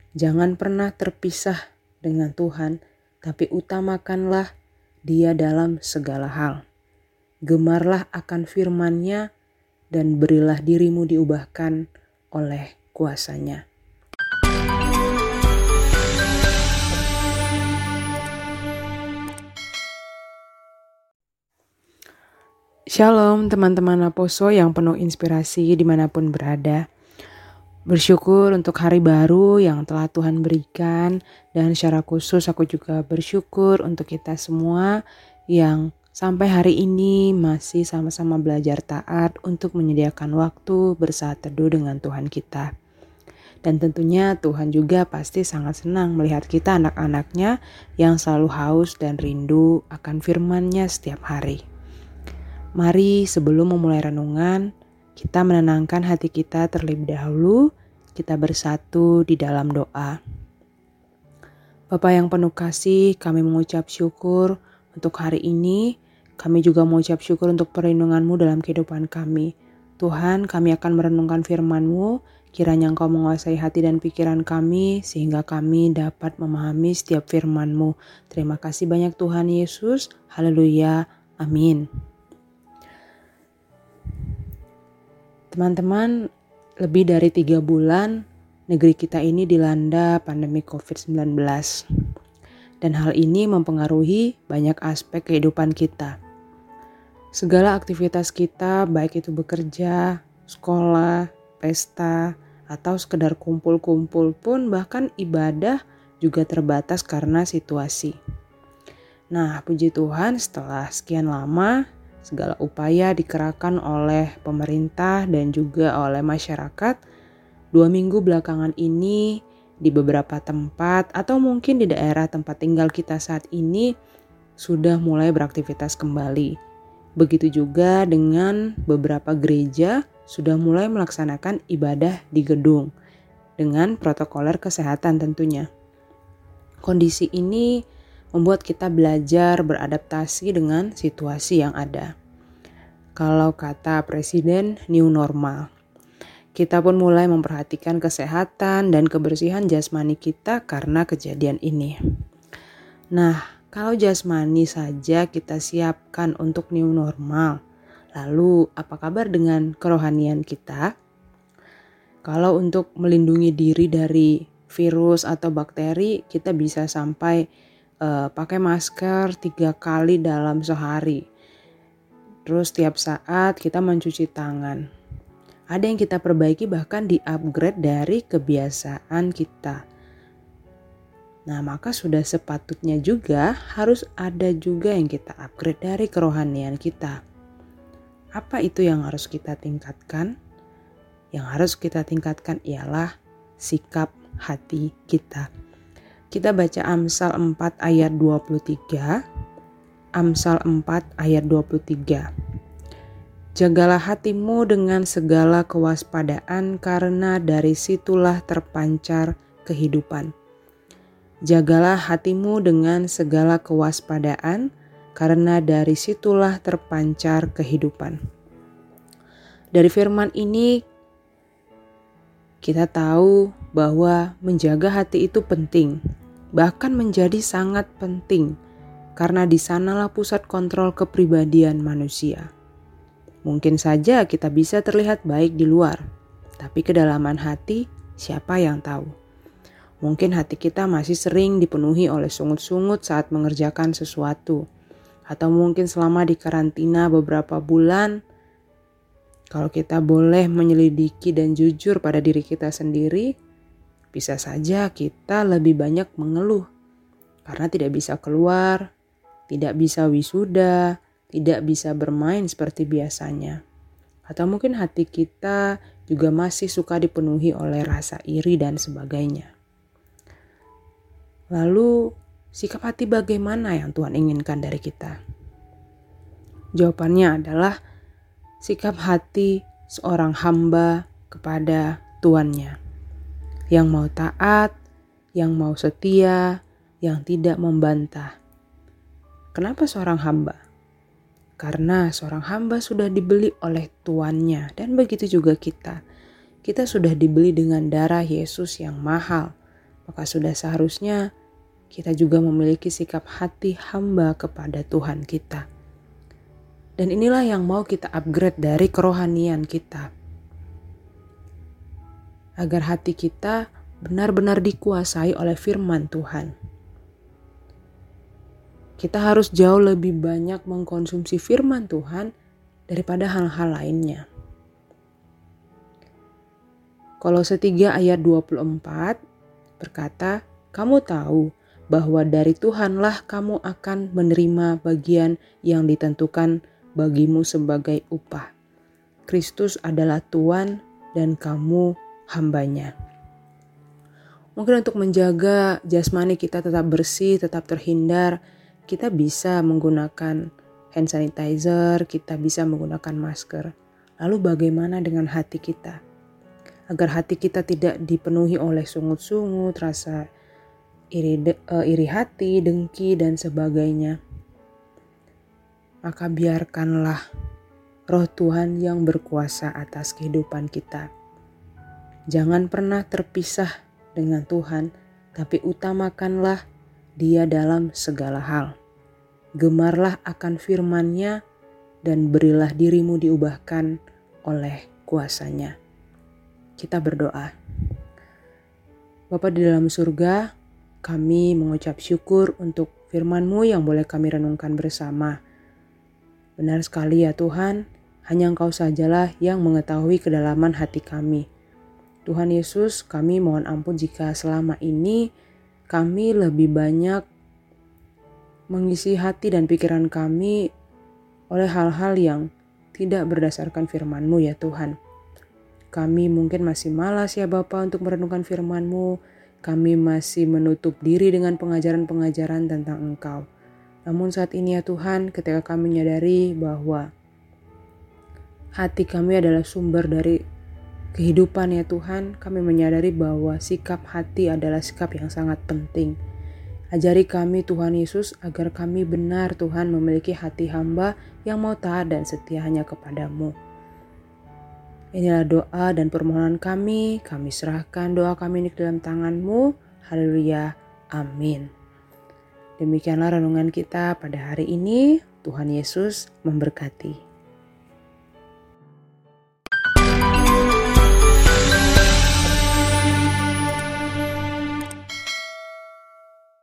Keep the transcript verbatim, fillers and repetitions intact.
Jangan pernah terpisah dengan Tuhan, tapi utamakanlah Dia dalam segala hal. Gemarlah akan firman-Nya dan berilah dirimu diubahkan oleh kuasa-Nya. Shalom teman-teman Aposo yang penuh inspirasi dimanapun berada. Bersyukur untuk hari baru yang telah Tuhan berikan, dan secara khusus aku juga bersyukur untuk kita semua yang sampai hari ini masih sama-sama belajar taat untuk menyediakan waktu bersaat teduh dengan Tuhan kita. Dan tentunya Tuhan juga pasti sangat senang melihat kita anak-anaknya yang selalu haus dan rindu akan firman-Nya setiap hari. Mari sebelum memulai renungan, kita menenangkan hati kita terlebih dahulu, kita bersatu di dalam doa. Bapa yang penuh kasih, kami mengucap syukur untuk hari ini. Kami juga mengucap syukur untuk perlindungan-Mu dalam kehidupan kami. Tuhan, kami akan merenungkan firman-Mu, kiranya Engkau menguasai hati dan pikiran kami, sehingga kami dapat memahami setiap firman-Mu. Terima kasih banyak Tuhan Yesus. Haleluya. Amin. Teman-teman, lebih dari tiga bulan negeri kita ini dilanda pandemi covid sembilan belas. Dan hal ini mempengaruhi banyak aspek kehidupan kita. Segala aktivitas kita, baik itu bekerja, sekolah, pesta, atau sekedar kumpul-kumpul pun, bahkan ibadah juga terbatas karena situasi. Nah, puji Tuhan, setelah sekian lama segala upaya dikerahkan oleh pemerintah dan juga oleh masyarakat, dua minggu belakangan ini di beberapa tempat atau mungkin di daerah tempat tinggal kita saat ini sudah mulai beraktivitas kembali. Begitu juga dengan beberapa gereja sudah mulai melaksanakan ibadah di gedung dengan protokoler kesehatan tentunya. Kondisi ini membuat kita belajar beradaptasi dengan situasi yang ada. Kalau kata Presiden, new normal. Kita pun mulai memperhatikan kesehatan dan kebersihan jasmani kita karena kejadian ini. Nah, kalau jasmani saja kita siapkan untuk new normal, lalu apa kabar dengan kerohanian kita? Kalau untuk melindungi diri dari virus atau bakteri, kita bisa sampai Uh, pakai masker tiga kali dalam sehari. Terus tiap saat kita mencuci tangan. Ada yang kita perbaiki, bahkan di-upgrade dari kebiasaan kita. Nah, maka sudah sepatutnya juga harus ada juga yang kita upgrade dari kerohanian kita. Apa itu yang harus kita tingkatkan? Yang harus kita tingkatkan ialah sikap hati kita. Kita baca Amsal empat ayat dua puluh tiga. Amsal empat ayat dua puluh tiga. Jagalah hatimu dengan segala kewaspadaan, karena dari situlah terpancar kehidupan. Jagalah hatimu dengan segala kewaspadaan, karena dari situlah terpancar kehidupan. Dari firman ini kita tahu bahwa menjaga hati itu penting, bahkan menjadi sangat penting, karena di sanalah pusat kontrol kepribadian manusia. Mungkin saja kita bisa terlihat baik di luar, tapi kedalaman hati siapa yang tahu? Mungkin hati kita masih sering dipenuhi oleh sungut-sungut saat mengerjakan sesuatu, atau mungkin selama di karantina beberapa bulan. Kalau kita boleh menyelidiki dan jujur pada diri kita sendiri, bisa saja kita lebih banyak mengeluh karena tidak bisa keluar, tidak bisa wisuda, tidak bisa bermain seperti biasanya. Atau mungkin hati kita juga masih suka dipenuhi oleh rasa iri dan sebagainya. Lalu, sikap hati bagaimana yang Tuhan inginkan dari kita? Jawabannya adalah sikap hati seorang hamba kepada tuannya, yang mau taat, yang mau setia, yang tidak membantah. Kenapa seorang hamba? Karena seorang hamba sudah dibeli oleh tuannya, dan begitu juga kita. Kita sudah dibeli dengan darah Yesus yang mahal. maka sudah seharusnya kita juga memiliki sikap hati hamba kepada Tuhan kita. Dan inilah yang mau kita upgrade dari kerohanian kita. Agar hati kita benar-benar dikuasai oleh firman Tuhan. Kita harus jauh lebih banyak mengkonsumsi firman Tuhan daripada hal-hal lainnya. Kolose tiga ayat dua puluh empat berkata, "Kamu tahu bahwa dari Tuhanlah kamu akan menerima bagian yang ditentukan bagimu sebagai upah. Kristus adalah Tuhan dan kamu hambanya." Mungkin untuk menjaga jasmani kita tetap bersih, tetap terhindar, kita bisa menggunakan hand sanitizer, kita bisa menggunakan masker. Lalu bagaimana dengan hati kita? Agar hati kita tidak dipenuhi oleh sungut-sungut, rasa iri, uh, iri hati, dengki, dan sebagainya. Maka biarkanlah Roh Tuhan yang berkuasa atas kehidupan kita. Jangan pernah terpisah dengan Tuhan, tapi utamakanlah Dia dalam segala hal. Gemarlah akan firman-Nya dan berilah dirimu diubahkan oleh kuasa-Nya. Kita berdoa. Bapa di dalam surga, kami mengucap syukur untuk firman-Mu yang boleh kami renungkan bersama. Benar sekali ya Tuhan, hanya Engkau sajalah yang mengetahui kedalaman hati kami. Tuhan Yesus, kami mohon ampun jika selama ini kami lebih banyak mengisi hati dan pikiran kami oleh hal-hal yang tidak berdasarkan firman-Mu ya Tuhan. Kami mungkin masih malas ya Bapa untuk merenungkan firman-Mu. Kami masih menutup diri dengan pengajaran-pengajaran tentang Engkau. Namun saat ini ya Tuhan, ketika kami menyadari bahwa hati kami adalah sumber dari kehidupan ya Tuhan, kami menyadari bahwa sikap hati adalah sikap yang sangat penting. Ajari kami Tuhan Yesus agar kami benar Tuhan memiliki hati hamba yang mau taat dan setia hanya kepadamu. Inilah doa dan permohonan kami, kami serahkan doa kami ini ke dalam tangan-Mu. Haleluya, amin. Demikianlah renungan kita pada hari ini. Tuhan Yesus memberkati.